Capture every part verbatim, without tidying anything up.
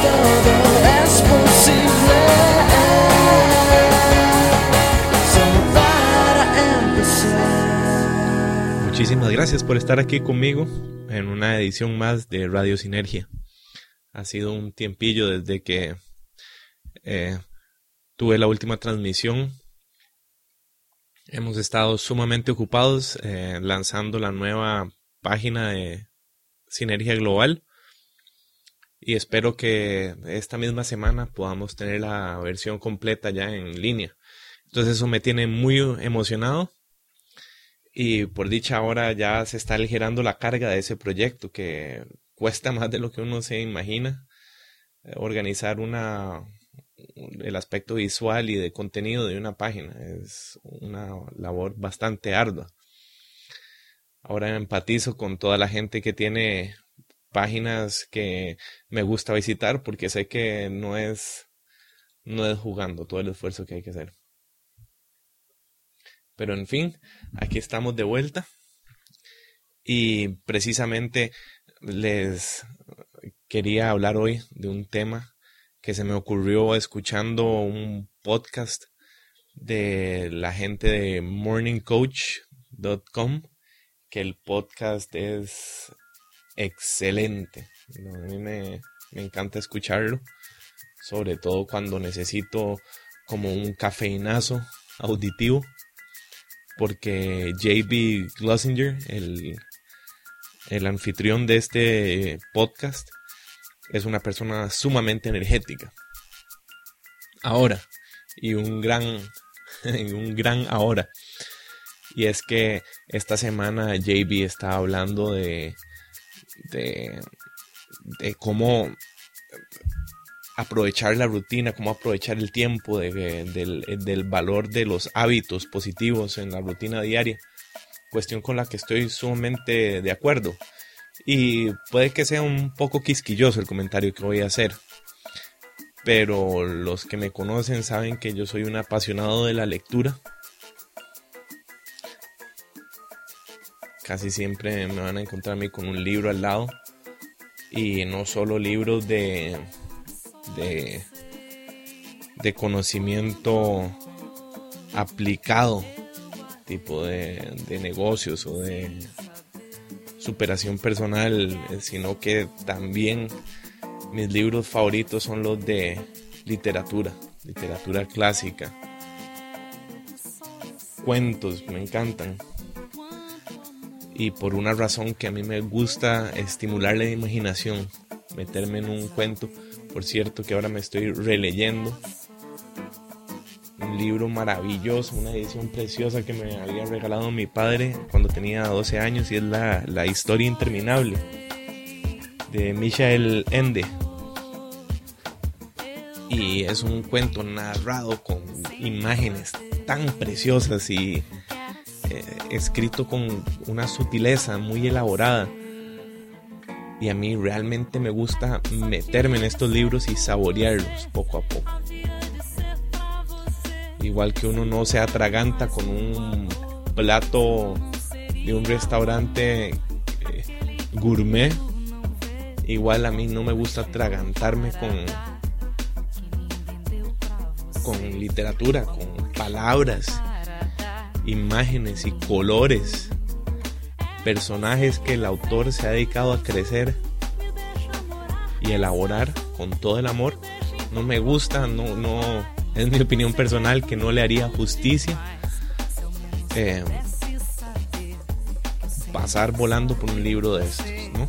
todo es posible. Solo para empezar. Muchísimas gracias por estar aquí conmigo en una edición más de Radio Sinergia. Ha sido un tiempillo desde que eh, tuve la última transmisión. Hemos estado sumamente ocupados eh, lanzando la nueva página de Sinergia Global y espero que esta misma semana podamos tener la versión completa ya en línea. Entonces eso me tiene muy emocionado y por dicha ahora ya se está aligerando la carga de ese proyecto que cuesta más de lo que uno se imagina. Eh, organizar una el aspecto visual y de contenido de una página es una labor bastante ardua. Ahora empatizo con toda la gente que tiene páginas que me gusta visitar porque sé que no es, no es jugando todo el esfuerzo que hay que hacer. Pero en fin, aquí estamos de vuelta y precisamente les quería hablar hoy de un tema que se me ocurrió escuchando un podcast de la gente de morning coach punto com, que el podcast es excelente. A mí me, me encanta escucharlo, sobre todo cuando necesito como un cafeinazo auditivo, porque J B Glossinger, el, el anfitrión de este podcast, es una persona sumamente energética. Ahora, y un gran, un gran ahora. Y es que esta semana J B está hablando de, de, de cómo aprovechar la rutina, cómo aprovechar el tiempo, de, de, del, del valor de los hábitos positivos en la rutina diaria. Cuestión con la que estoy sumamente de acuerdo. Y puede que sea un poco quisquilloso el comentario que voy a hacer, pero los que me conocen saben que yo soy un apasionado de la lectura. Casi siempre me van a encontrar a mí con un libro al lado, y no solo libros de, de, de conocimiento aplicado, tipo de, de negocios o de superación personal, sino que también mis libros favoritos son los de literatura, literatura clásica, cuentos, me encantan. Y por una razón que a mí me gusta estimular la imaginación, meterme en un cuento. Por cierto que ahora me estoy releyendo un libro maravilloso, una edición preciosa que me había regalado mi padre cuando tenía doce años, y es la, la Historia Interminable de Michael Ende. Y es un cuento narrado con imágenes tan preciosas y eh, escrito con una sutileza muy elaborada. Y a mí realmente me gusta meterme en estos libros y saborearlos poco a poco. Igual que uno no se atraganta con un plato de un restaurante eh, gourmet, igual a mí no me gusta atragantarme con, con literatura, con palabras, imágenes y colores, personajes que el autor se ha dedicado a crecer y elaborar con todo el amor. No me gusta, no, no, es mi opinión personal que no le haría justicia eh, pasar volando por un libro de estos, ¿no?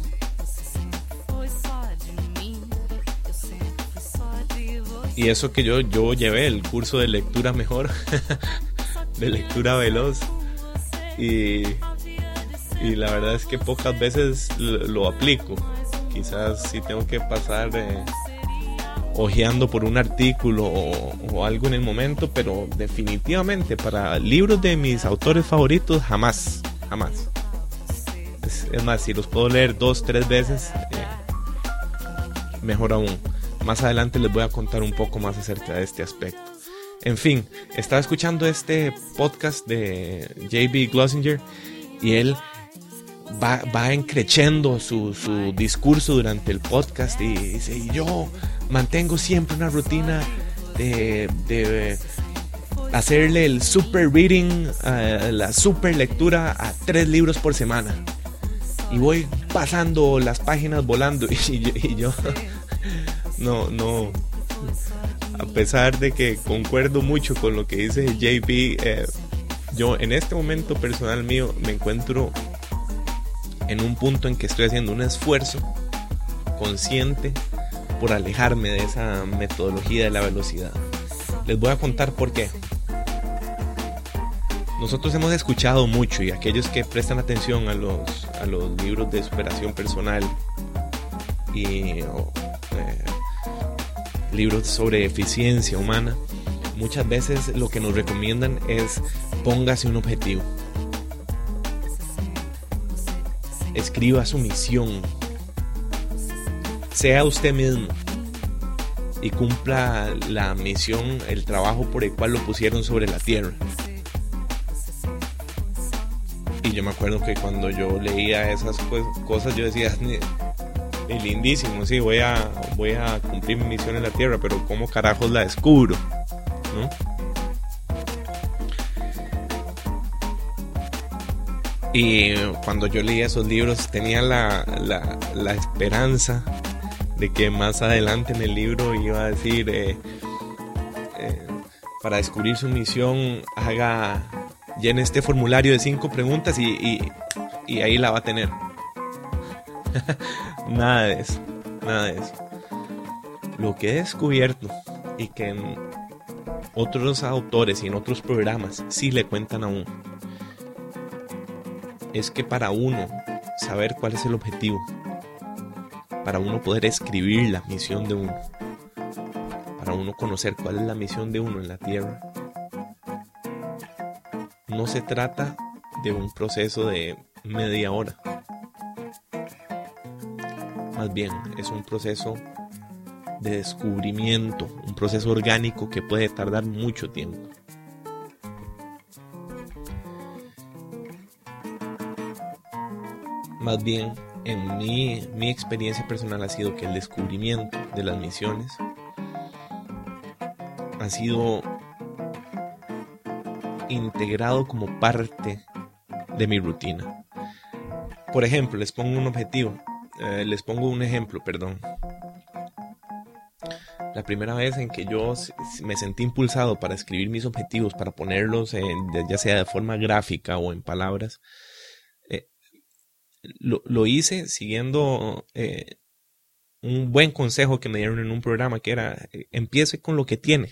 Y eso que yo, yo llevé el curso de lectura mejor, de lectura veloz, y, y la verdad es que pocas veces lo, lo aplico. Quizás sí tengo que pasar eh, hojeando por un artículo o, o algo en el momento, pero definitivamente para libros de mis autores favoritos jamás, jamás. Es, es más, si los puedo leer dos, tres veces, eh, mejor aún. Más adelante les voy a contar un poco más acerca de este aspecto. En fin, estaba escuchando este podcast de J B Glossinger y él va, va encrechendo su, su discurso durante el podcast y dice, y yo mantengo siempre una rutina de, de hacerle el super reading, uh, la super lectura a tres libros por semana. Y voy pasando las páginas volando. Y yo, y yo no, no. A pesar de que concuerdo mucho con lo que dice J P, eh, yo en este momento personal mío me encuentro en un punto en que estoy haciendo un esfuerzo consciente por alejarme de esa metodología de la velocidad. Les voy a contar por qué. Nosotros hemos escuchado mucho, y aquellos que prestan atención a los, a los libros de superación personal y oh, eh, libros sobre eficiencia humana, muchas veces lo que nos recomiendan es: póngase un objetivo, escriba su misión, sea usted mismo y cumpla la misión, el trabajo por el cual lo pusieron sobre la tierra. Y yo me acuerdo que cuando yo leía esas cosas yo decía: es lindísimo, sí, voy a, voy a cumplir mi misión en la tierra, pero ¿cómo carajos la descubro? ¿No? Y cuando yo leía esos libros tenía la, la, la esperanza de que más adelante en el libro iba a decir eh, eh, para descubrir su misión haga, llene este formulario de cinco preguntas y, y, y ahí la va a tener. Nada de eso, nada de eso. Lo que he descubierto, y que en otros autores y en otros programas sí le cuentan a uno, es que para uno saber cuál es el objetivo, para uno poder escribir la misión de uno, para uno conocer cuál es la misión de uno en la tierra, no se trata de un proceso de media hora. Más bien es un proceso de descubrimiento, un proceso orgánico que puede tardar mucho tiempo. Más bien, en mi, mi experiencia personal ha sido que el descubrimiento de las misiones ha sido integrado como parte de mi rutina. Por ejemplo, les pongo un objetivo, eh, les pongo un ejemplo, perdón. La primera vez en que yo me sentí impulsado para escribir mis objetivos, para ponerlos en, ya sea de forma gráfica o en palabras, eh, lo, lo hice siguiendo eh, un buen consejo que me dieron en un programa, que era: eh, empiece con lo que tiene.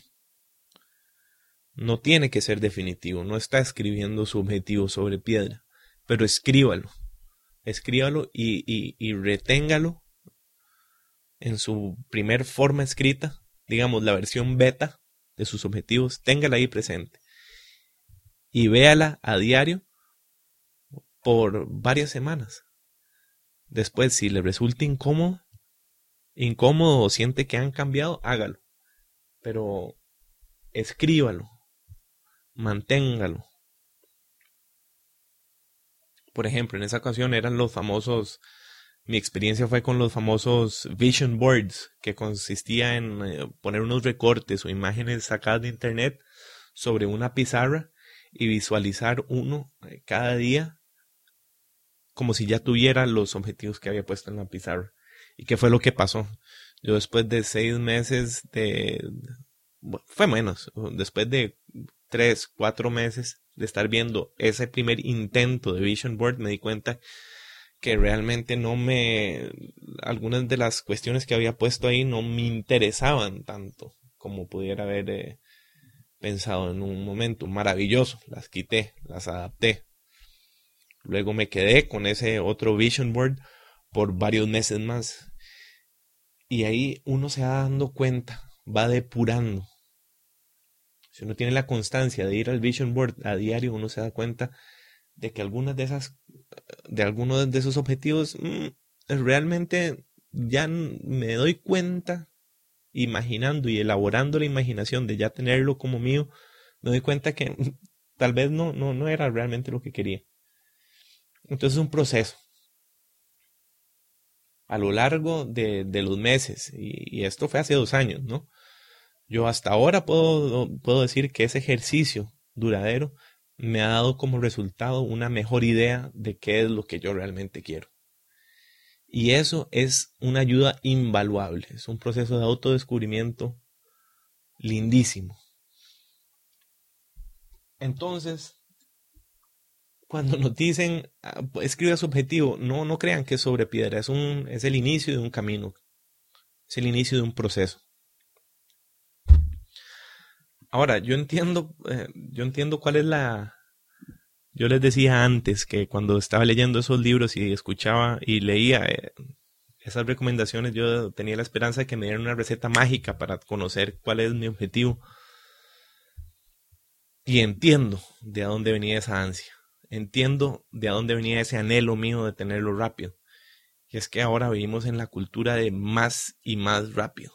No tiene que ser definitivo, no está escribiendo su objetivo sobre piedra, pero escríbalo, escríbalo y, y, y reténgalo en su primer forma escrita, digamos la versión beta de sus objetivos, téngala ahí presente y véala a diario por varias semanas. Después, si le resulta incómodo, incómodo o siente que han cambiado, hágalo, pero escríbalo, manténgalo. Por ejemplo, en esa ocasión eran los famosos, mi experiencia fue con los famosos vision boards, que consistía en eh, poner unos recortes o imágenes sacadas de internet sobre una pizarra y visualizar uno eh, cada día como si ya tuviera los objetivos que había puesto en la pizarra. ¿Y qué fue lo que pasó? Yo después de seis meses de... Bueno, fue menos, después de tres, cuatro meses de estar viendo ese primer intento de vision board, me di cuenta que realmente no me, algunas de las cuestiones que había puesto ahí no me interesaban tanto como pudiera haber eh, pensado en un momento. Maravilloso, las quité, las adapté. Luego me quedé con ese otro vision board por varios meses más. Y ahí uno se va dando cuenta, va depurando. Si uno tiene la constancia de ir al vision board a diario, uno se da cuenta de que algunas de esas, de algunos de esos objetivos, mmm, realmente ya me doy cuenta, imaginando y elaborando la imaginación de ya tenerlo como mío, me doy cuenta que tal vez no, no, no era realmente lo que quería. Entonces es un proceso. a lo largo de, de los meses, y, y esto fue hace dos años, ¿no? Yo hasta ahora puedo, puedo decir que ese ejercicio duradero me ha dado como resultado una mejor idea de qué es lo que yo realmente quiero. Y eso es una ayuda invaluable, es un proceso de autodescubrimiento lindísimo. Entonces, cuando nos dicen, escriba su objetivo, no, no crean que es sobre piedra, es, un, es el inicio de un camino, es el inicio de un proceso. Ahora, yo entiendo, eh, yo entiendo cuál es la... Yo les decía antes que cuando estaba leyendo esos libros y escuchaba y leía eh, esas recomendaciones, yo tenía la esperanza de que me dieran una receta mágica para conocer cuál es mi objetivo. Y entiendo de a dónde venía esa ansia. Entiendo de a dónde venía ese anhelo mío de tenerlo rápido. Y es que ahora vivimos en la cultura de más y más rápido.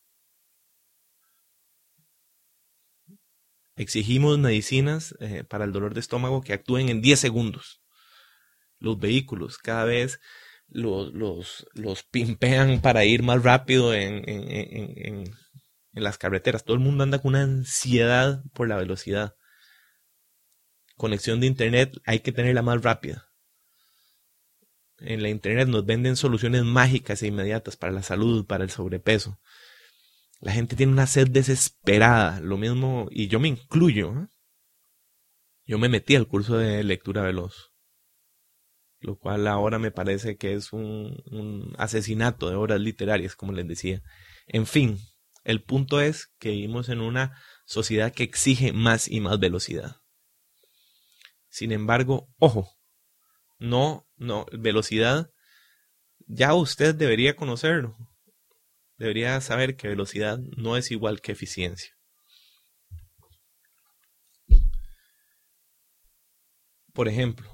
Exigimos medicinas eh, para el dolor de estómago que actúen en diez segundos. Los vehículos cada vez los, los, los pimpean para ir más rápido en, en, en, en, en las carreteras. Todo el mundo anda con una ansiedad por la velocidad. Conexión de internet hay que tenerla más rápida. En la internet nos venden soluciones mágicas e inmediatas para la salud, para el sobrepeso. La gente tiene una sed desesperada, lo mismo, y yo me incluyo. ¿eh? Yo me metí al curso de lectura veloz, lo cual ahora me parece que es un, un asesinato de obras literarias, como les decía. En fin, el punto es que vivimos en una sociedad que exige más y más velocidad. Sin embargo, ojo, no, no, velocidad, ya usted debería conocerlo. Debería saber que velocidad no es igual que eficiencia. Por ejemplo,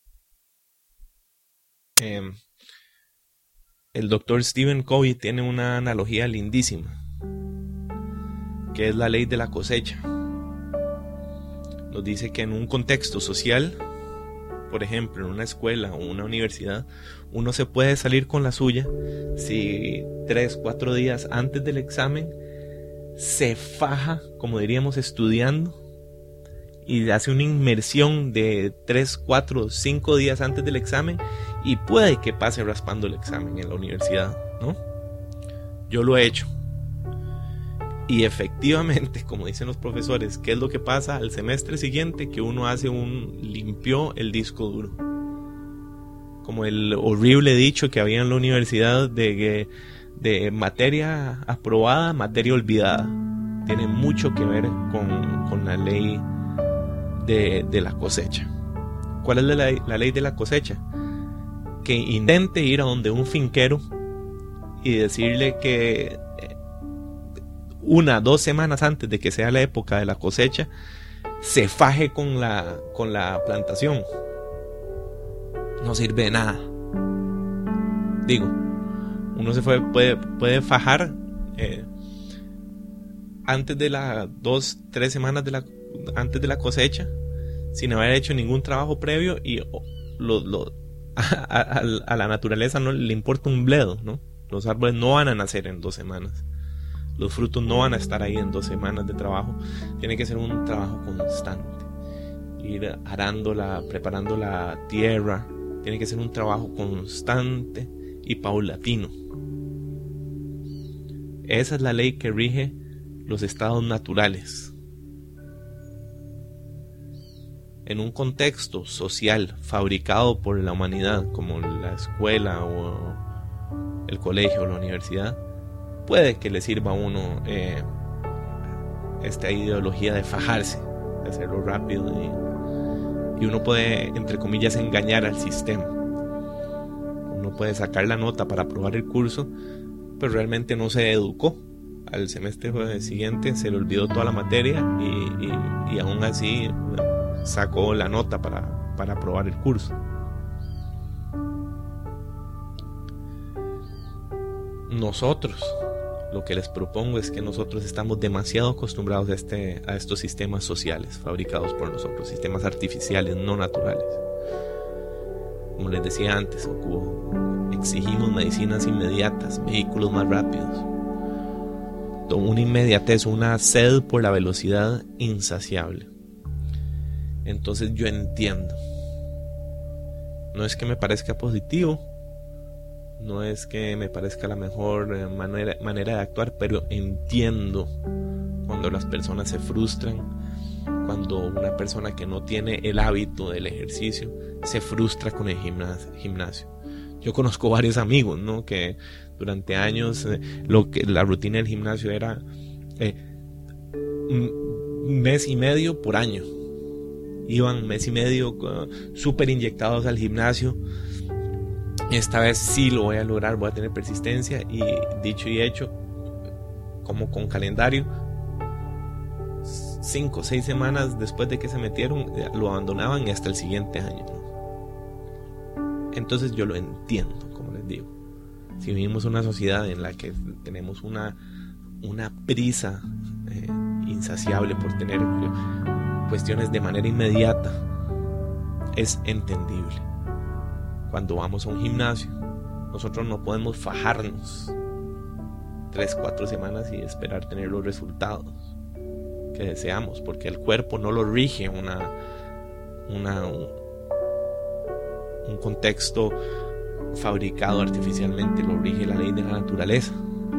eh, el doctor Stephen Covey tiene una analogía lindísima, que es la ley de la cosecha. Nos dice que en un contexto social, por ejemplo, en una escuela o una universidad, uno se puede salir con la suya si tres, cuatro días antes del examen se faja, como diríamos, estudiando y hace una inmersión de tres, cuatro, cinco días antes del examen y puede que pase raspando el examen en la universidad, ¿no? Yo lo he hecho. Y efectivamente, como dicen los profesores, ¿qué es lo que pasa al semestre siguiente? Que uno hace un limpió el disco duro. Como el horrible dicho que había en la universidad de, de materia aprobada, materia olvidada. Tiene mucho que ver con, con la ley de, de la cosecha. ¿Cuál es la, la ley de la cosecha? Que intente ir a donde un finquero y decirle que una, dos semanas antes de que sea la época de la cosecha, se faje con la, con la plantación. No sirve de nada. Digo, uno se fue, puede, puede fajar eh, antes de las dos, tres semanas de la, antes de la cosecha, sin haber hecho ningún trabajo previo, y lo, lo, a, a, a la naturaleza no le importa un bledo, ¿no? Los árboles no van a nacer en dos semanas. Los frutos no van a estar ahí en dos semanas de trabajo. Tiene que ser un trabajo constante. Ir arándola, preparando la tierra. Tiene que ser un trabajo constante y paulatino. Esa es la ley que rige los estados naturales. En un contexto social fabricado por la humanidad, como la escuela o el colegio o la universidad, puede que le sirva a uno eh, esta ideología de fajarse, de hacerlo rápido, y, y uno puede, entre comillas, engañar al sistema. Uno puede sacar la nota para aprobar el curso, pero realmente no se educó. Al semestre siguiente se le olvidó toda la materia y, y, y aún así sacó la nota para, para aprobar el curso. Nosotros, lo que les propongo es que nosotros estamos demasiado acostumbrados a, este, a estos sistemas sociales fabricados por nosotros, sistemas artificiales, no naturales. Como les decía antes, exigimos medicinas inmediatas, vehículos más rápidos. Una inmediatez, una sed por la velocidad insaciable. Entonces yo entiendo. No es que me parezca positivo, no es que me parezca la mejor manera, manera de actuar, pero entiendo cuando las personas se frustran, cuando una persona que no tiene el hábito del ejercicio se frustra con el gimnasio. Yo conozco varios amigos, ¿no?, que durante años eh, lo que la rutina del gimnasio era eh, un mes y medio por año. Iban mes y medio uh, súper inyectados al gimnasio. Esta vez sí lo voy a lograr, voy a tener persistencia, y dicho y hecho, como con calendario, cinco o seis semanas después de que se metieron lo abandonaban, y hasta el siguiente año. Entonces yo lo entiendo, como les digo. Si vivimos una sociedad en la que tenemos una, una prisa eh, insaciable por tener cuestiones de manera inmediata, es entendible. Cuando vamos a un gimnasio, nosotros no podemos fajarnos tres, cuatro semanas y esperar tener los resultados que deseamos, porque el cuerpo no lo rige una, una, un, un contexto fabricado artificialmente, lo rige la ley de la naturaleza.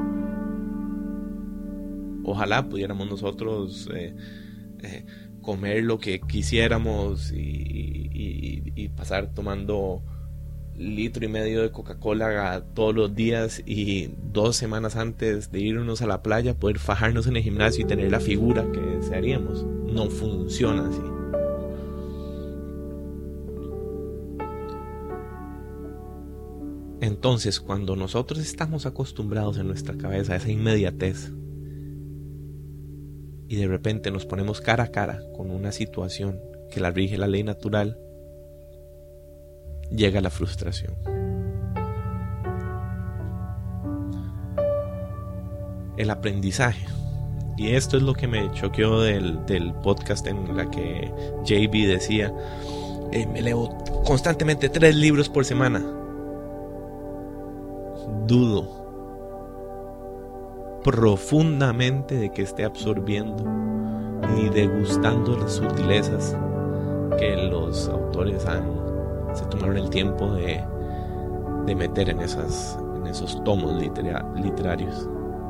Ojalá pudiéramos nosotros eh, eh, comer lo que quisiéramos y, y, y pasar tomando litro y medio de Coca-Cola todos los días, y dos semanas antes de irnos a la playa poder fajarnos en el gimnasio y tener la figura que desearíamos. No funciona así. Entonces, cuando nosotros estamos acostumbrados en nuestra cabeza a esa inmediatez y de repente nos ponemos cara a cara con una situación que la rige la ley natural, llega la frustración. El aprendizaje. Y esto es lo que me choqueó del, del podcast en la que J B decía, eh, me leo constantemente tres libros por semana. Dudo profundamente de que esté absorbiendo ni degustando las sutilezas que los autores han se tomaron el tiempo de, de meter en, esas, en esos tomos litera, literarios.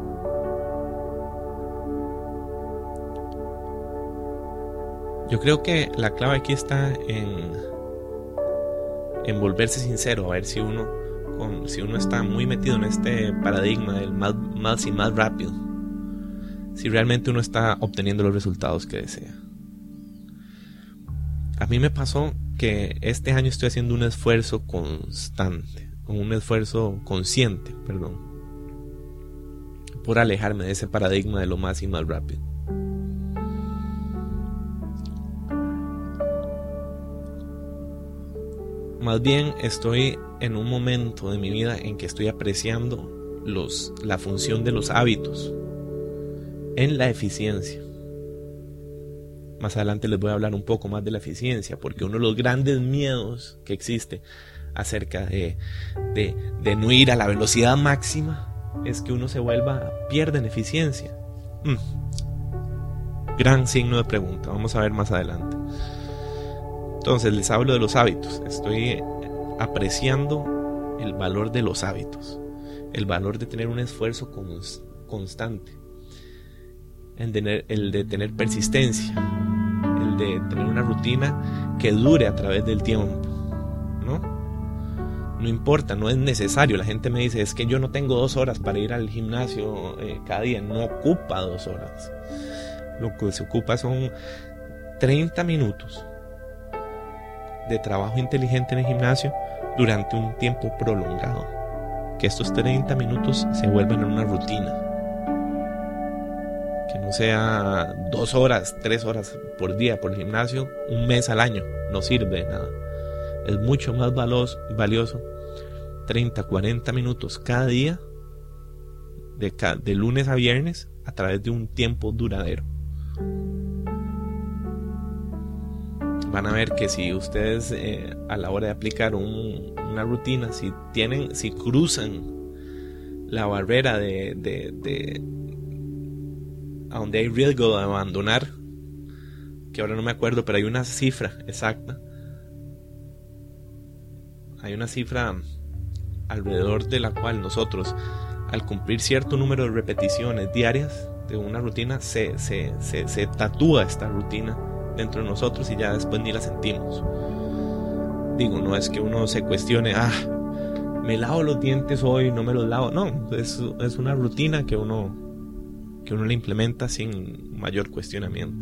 Yo creo que la clave aquí está en, en volverse sincero, a ver si uno, con, si uno está muy metido en este paradigma del más, más y más rápido, si realmente uno está obteniendo los resultados que desea. A mí me pasó que este año estoy haciendo un esfuerzo constante, un esfuerzo consciente, perdón, por alejarme de ese paradigma de lo más y más rápido. Más bien estoy en un momento de mi vida en que estoy apreciando los, la función de los hábitos en la eficiencia. Más adelante les voy a hablar un poco más de la eficiencia, porque uno de los grandes miedos que existe acerca de, de, de no ir a la velocidad máxima es que uno se vuelva, pierda en eficiencia. Mm. Gran signo de pregunta, vamos a ver más adelante. Entonces les hablo de los hábitos. Estoy apreciando el valor de los hábitos, el valor de tener un esfuerzo cons- constante, el de, tener, el de tener persistencia, el de tener una rutina que dure a través del tiempo, ¿no? No importa, no es necesario. La gente me dice, es que yo no tengo dos horas para ir al gimnasio eh, cada día. No ocupa dos horas. Lo que se ocupa son treinta minutos de trabajo inteligente en el gimnasio durante un tiempo prolongado. Que estos treinta minutos se vuelvan en una rutina. Que no sea dos horas, tres horas por día por el gimnasio, un mes al año. No sirve de nada. Es mucho más valioso, valioso treinta, cuarenta minutos cada día, de, de lunes a viernes, a través de un tiempo duradero. van a ver que si ustedes eh, a la hora de aplicar un, una rutina, si tienen, si cruzan la barrera de, de, de a donde hay riesgo de abandonar, que ahora no me acuerdo, pero hay una cifra exacta, hay una cifra alrededor de la cual nosotros, al cumplir cierto número de repeticiones diarias de una rutina, se, se, se, se tatúa esta rutina dentro de nosotros y ya después ni la sentimos. Digo, no es que uno se cuestione, ah, me lavo los dientes hoy, no me los lavo. No, es, es una rutina que uno, que uno la implementa sin mayor cuestionamiento.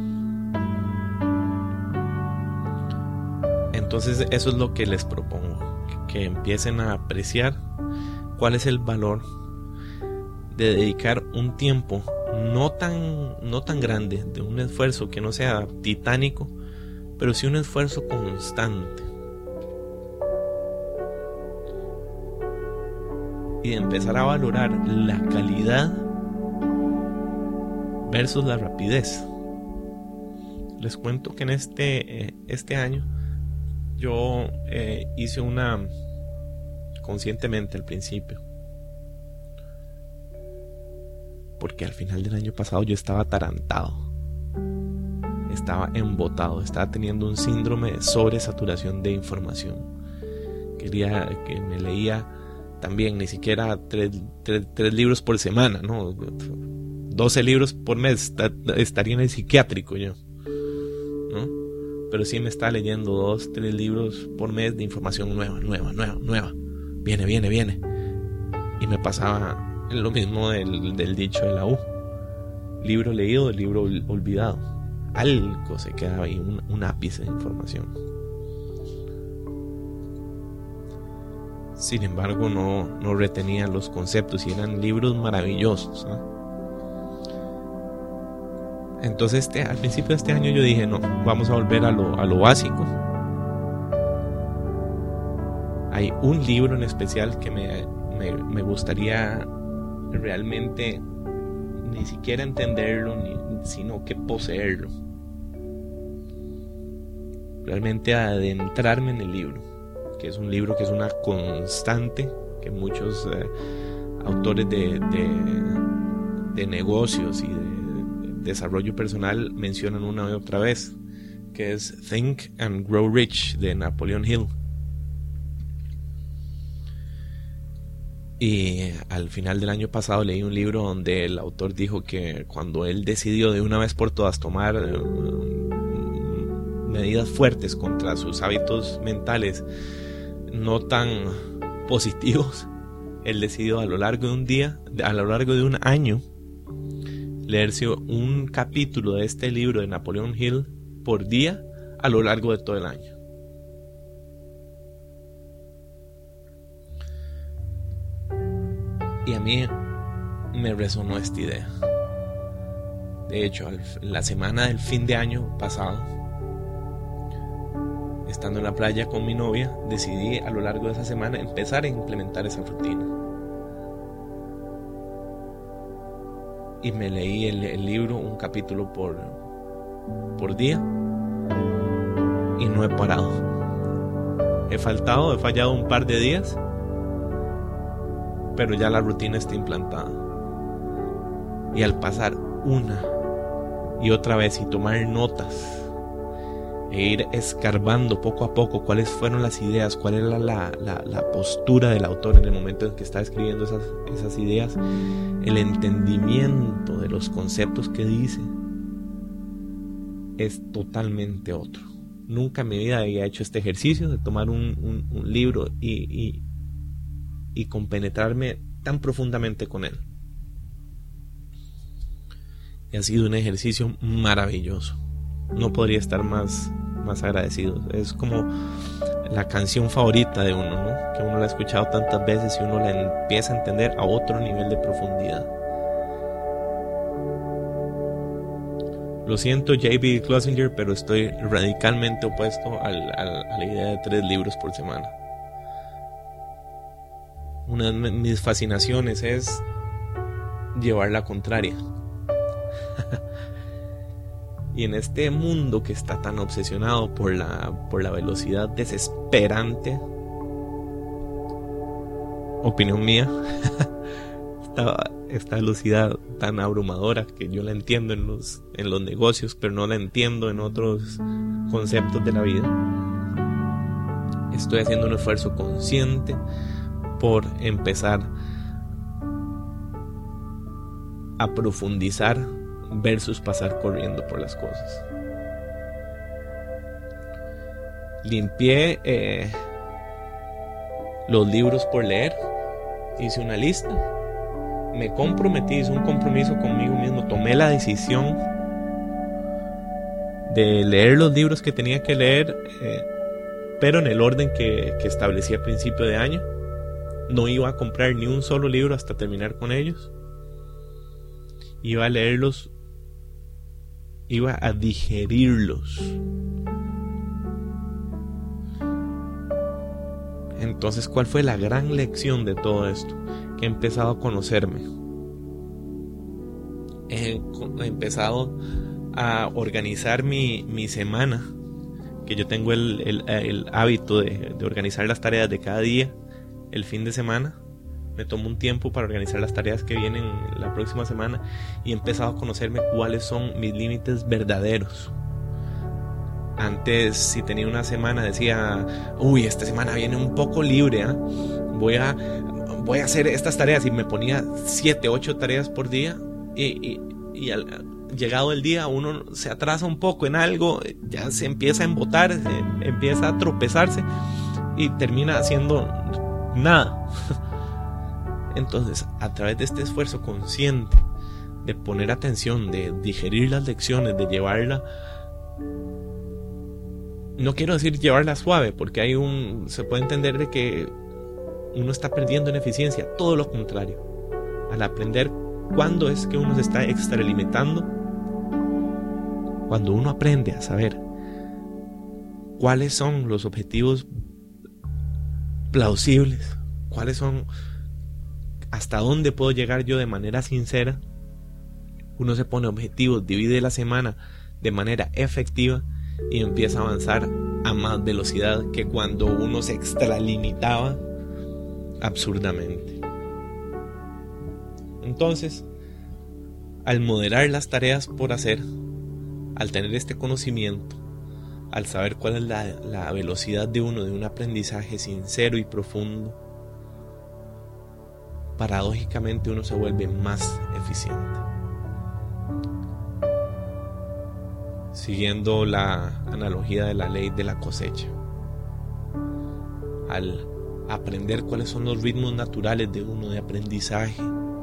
Entonces eso es lo que les propongo, que, que empiecen a apreciar cuál es el valor de dedicar un tiempo no tan, no tan grande, de un esfuerzo que no sea titánico, pero sí un esfuerzo constante, y de empezar a valorar la calidad versus la rapidez. Les cuento que en este, eh, este año yo eh, hice una, conscientemente al principio, porque al final del año pasado yo estaba atarantado, estaba embotado, estaba teniendo un síndrome de sobresaturación de información. Quería que me leía también, ni siquiera tres, tres, tres libros por semana, no, doce libros por mes, estaría en el psiquiátrico yo, ¿no? Pero sí me está leyendo dos, tres libros por mes de información nueva, nueva, nueva, nueva. Viene, viene, viene. Y me pasaba lo mismo del, del dicho de la U. Libro leído, libro olvidado. Algo se quedaba ahí, un, un ápice de información. Sin embargo, no, no retenía los conceptos y eran libros maravillosos, ¿no? Entonces este, al principio de este año yo dije, no, vamos a volver a lo, a lo básico. Hay un libro en especial que me, me, me gustaría realmente ni siquiera entenderlo, ni, sino que poseerlo. Realmente adentrarme en el libro, que es un libro que es una constante, que muchos eh, autores de, de, de negocios y de desarrollo personal mencionan una y otra vez, que es Think and Grow Rich de Napoleon Hill. Y al final del año pasado leí un libro donde el autor dijo que cuando él decidió de una vez por todas tomar medidas fuertes contra sus hábitos mentales no tan positivos, él decidió a lo largo de un día, a lo largo de un año, leerse un capítulo de este libro de Napoleon Hill por día a lo largo de todo el año. Y a mí me resonó esta idea. De hecho, la semana del fin de año pasado, estando en la playa con mi novia, decidí a lo largo de esa semana empezar a implementar esa rutina. Y me leí el, el libro un capítulo por, por día y no he parado. He faltado, he fallado un par de días, pero ya la rutina está implantada. Y al pasar una y otra vez y tomar notas e ir escarbando poco a poco cuáles fueron las ideas, cuál era la, la, la postura del autor en el momento en que estaba escribiendo esas, esas ideas, el entendimiento de los conceptos que dice es totalmente otro. Nunca en mi vida había hecho este ejercicio de tomar un, un, un libro y, y, y compenetrarme tan profundamente con él. Y ha sido un ejercicio maravilloso. No podría estar más, más agradecido. Es como la canción favorita de uno, ¿no? Que uno la ha escuchado tantas veces y uno la empieza a entender a otro nivel de profundidad. Lo siento, J B Clossinger, pero estoy radicalmente opuesto al, al, a la idea de tres libros por semana. Una de mis fascinaciones es llevar la contraria. Y en este mundo que está tan obsesionado por la, por la velocidad desesperante, opinión mía, esta, esta velocidad tan abrumadora que yo la entiendo en los, en los negocios, pero no la entiendo en otros conceptos de la vida, estoy haciendo un esfuerzo consciente por empezar a profundizar versus pasar corriendo por las cosas. Limpié eh, los libros por leer, hice una lista, me comprometí, hice un compromiso conmigo mismo, tomé la decisión de leer los libros que tenía que leer, eh, pero en el orden que, que establecí a principio de año. No iba a comprar ni un solo libro hasta terminar con ellos. Iba a leerlos, iba a digerirlos. Entonces, ¿cuál fue la gran lección de todo esto? Que he empezado a conocerme. He, he empezado a organizar mi, mi semana, que yo tengo el, el, el hábito de, de organizar las tareas de cada día. El fin de semana me tomo un tiempo para organizar las tareas que vienen la próxima semana, y he empezado a conocerme cuáles son mis límites verdaderos. Antes, si tenía una semana, decía, uy, esta semana viene un poco libre, ¿eh? voy a voy a hacer estas tareas, y me ponía siete, ocho tareas por día, y, y, y al llegado el día uno se atrasa un poco en algo, ya se empieza a embotar, se empieza a tropezarse y termina haciendo nada. Entonces, a través de este esfuerzo consciente de poner atención, de digerir las lecciones, de llevarla, no quiero decir llevarla suave, porque hay un, se puede entender de que uno está perdiendo en eficiencia. Todo lo contrario, al aprender cuándo es que uno se está extralimitando, cuando uno aprende a saber cuáles son los objetivos plausibles, cuáles son, hasta dónde puedo llegar yo de manera sincera, uno se pone objetivos, divide la semana de manera efectiva y empieza a avanzar a más velocidad que cuando uno se extralimitaba absurdamente. Entonces, al moderar las tareas por hacer, al tener este conocimiento, al saber cuál es la, la velocidad de uno, de un aprendizaje sincero y profundo, paradójicamente uno se vuelve más eficiente. Siguiendo la analogía de la ley de la cosecha, al aprender cuáles son los ritmos naturales de uno de aprendizaje,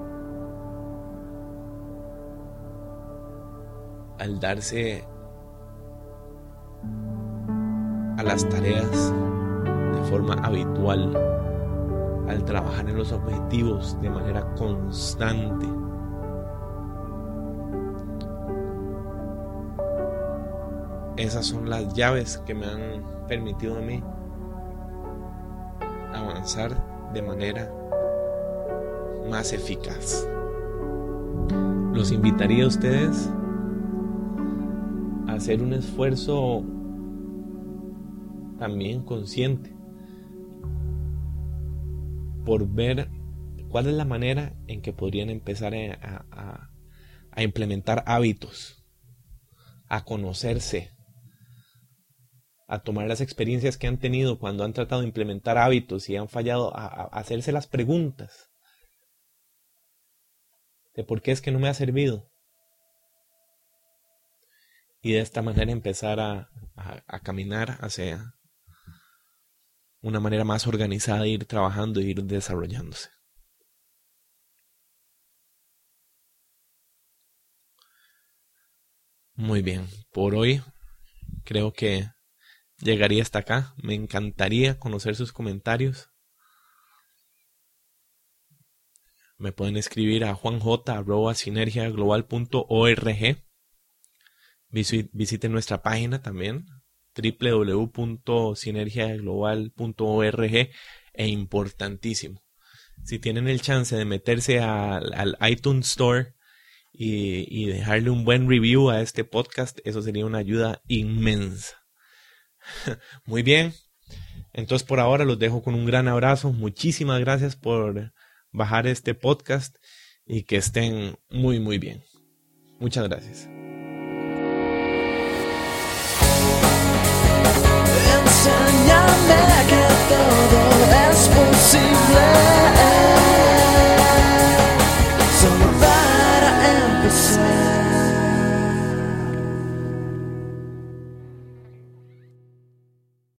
al darse a las tareas de forma habitual, al trabajar en los objetivos de manera constante, esas son las llaves que me han permitido a mí avanzar de manera más eficaz. Los invitaría a ustedes a hacer un esfuerzo también consciente por ver cuál es la manera en que podrían empezar a, a, a implementar hábitos, a conocerse, a tomar las experiencias que han tenido cuando han tratado de implementar hábitos y han fallado, a, a hacerse las preguntas de por qué es que no me ha servido, y de esta manera empezar a, a, a caminar hacia una manera más organizada de ir trabajando e ir desarrollándose. Muy bien, por hoy creo que llegaría hasta acá. Me encantaría conocer sus comentarios. Me pueden escribir a juanj arroba sinergia global punto org. Visiten nuestra página también, doble u doble u doble u punto sinergia global punto org, e importantísimo, si tienen el chance de meterse al, al iTunes Store y, y dejarle un buen review a este podcast. Eso sería una ayuda inmensa. Muy bien. Entonces por ahora los dejo con un gran abrazo. Muchísimas gracias por bajar este podcast y que estén muy muy bien. Muchas gracias. Enséñame que